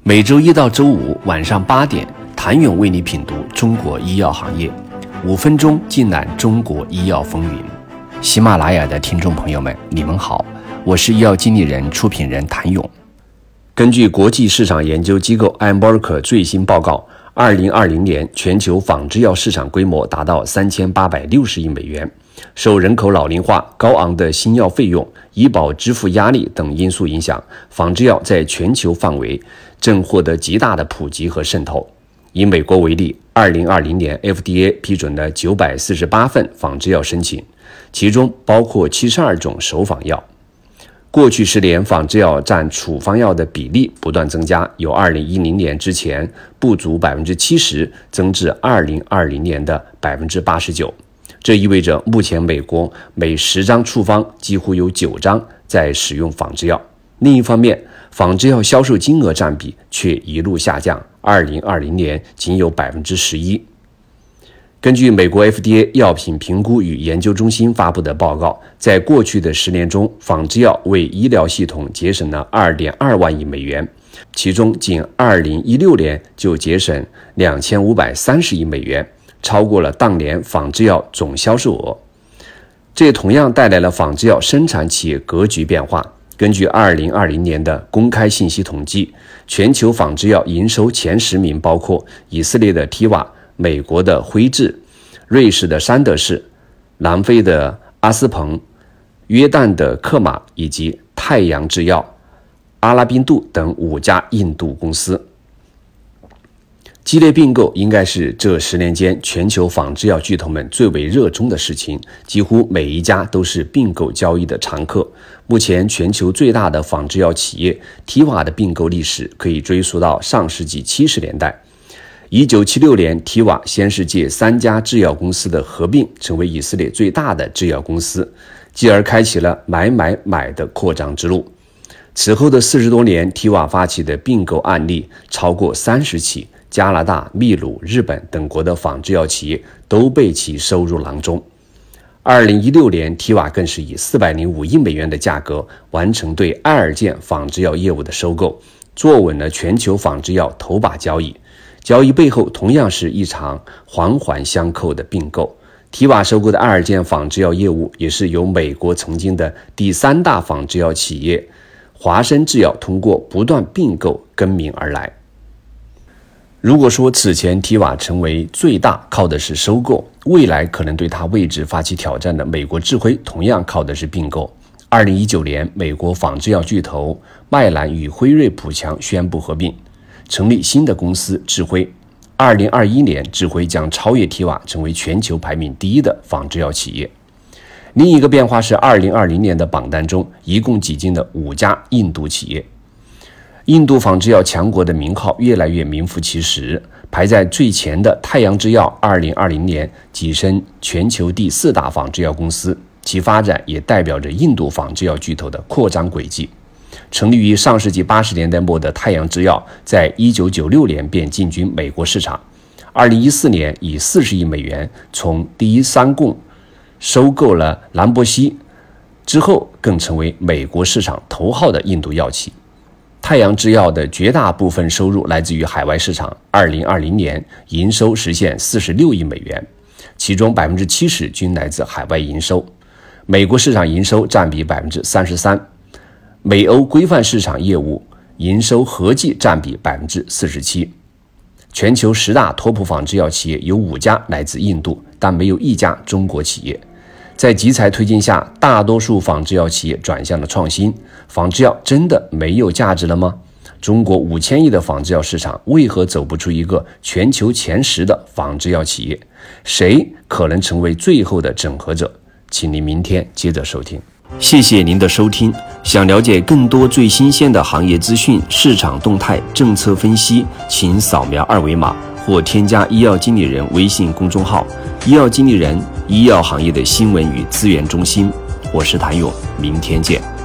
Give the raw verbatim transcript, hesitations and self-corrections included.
每周一到周五晚上八点，谭勇为你品读中国医药行业，五分钟尽览中国医药风云。喜马拉雅的听众朋友们，你们好，我是医药经理人、出品人谭勇。根据国际市场研究机构艾伯克最新报告，二零二零年全球仿制药市场规模达到三千八百六十亿美元。受人口老龄化、高昂的新药费用、医保支付压力等因素影响，仿制药在全球范围正获得极大的普及和渗透。以美国为例，二零二零年 F D A 批准了九百四十八份仿制药申请，其中包括七十二种首仿药。过去十年，仿制药占处方药的比例不断增加，由二零一零年之前不足 百分之七十 增至二零二零年的 百分之八十九。这意味着目前美国每十张处方几乎有九张在使用仿制药。另一方面，仿制药销售金额占比却一路下降，二零二零年仅有 百分之十一。根据美国 F D A 药品评估与研究中心发布的报告，在过去的十年中，仿制药为医疗系统节省了 二点二万亿美元，其中仅二零一六年就节省两千五百三十亿美元，超过了当年仿制药总销售额。这也同样带来了仿制药生产企业格局变化。根据二零二零年的公开信息统计，全球仿制药营收前十名包括以色列的 Teva、美国的辉智、瑞士的山德士、南非的阿斯彭、约旦的克马以及太阳制药、阿拉宾杜等五家印度公司。激烈并购应该是这十年间全球仿制药巨头们最为热衷的事情，几乎每一家都是并购交易的常客。目前全球最大的仿制药企业 Teva 的并购历史可以追溯到上世纪七十年代。一九七六年 Teva 先是借三家制药公司的合并成为以色列最大的制药公司，继而开启了买买买的扩张之路。此后的四十多年， Teva 发起的并购案例超过三十起，加拿大、秘鲁、日本等国的仿制药企业都被其收入囊中。二零一六年 Teva 更是以四百零五亿美元的价格完成对爱尔健仿制药业务的收购，坐稳了全球仿制药头把交椅。交易背后同样是一场环环相扣的并购。Teva 收购的爱尔健仿制药业务也是由美国曾经的第三大仿制药企业华生制药通过不断并购更名而来。如果说此前 Teva 成为最大靠的是收购，未来可能对它位置发起挑战的美国智辉同样靠的是并购。二零一九年，美国仿制药巨头麦兰与辉瑞普强宣布合并，成立新的公司智辉。二零二一年，智辉将超越 Teva 成为全球排名第一的仿制药企业。另一个变化是二零二零年的榜单中一共挤进了五家印度企业。印度仿制药强国的名号越来越名副其实，排在最前的太阳制药二零二零年跻身全球第四大仿制药公司，其发展也代表着印度仿制药巨头的扩张轨迹。成立于上世纪八十年代末的太阳制药在一九九六年便进军美国市场，二零一四年以四十亿美元从第一三共收购了兰博西，之后更成为美国市场头号的印度药企。太阳制药的绝大部分收入来自于海外市场，二零二零年营收实现四十六亿美元，其中 百分之七十 均来自海外营收，美国市场营收占比 百分之三十三， 美欧规范市场业务营收合计占比 百分之四十七。 全球十大托普仿制药企业有五家来自印度，但没有一家中国企业。在集采推进下，大多数仿制药企业转向了创新。仿制药真的没有价值了吗？中国五千亿的仿制药市场为何走不出一个全球前十的仿制药企业？谁可能成为最后的整合者？请您明天接着收听。谢谢您的收听。想了解更多最新鲜的行业资讯、市场动态、政策分析，请扫描二维码或添加医药经理人微信公众号“医药经理人”，医药行业的新闻与资源中心。我是谭勇，明天见。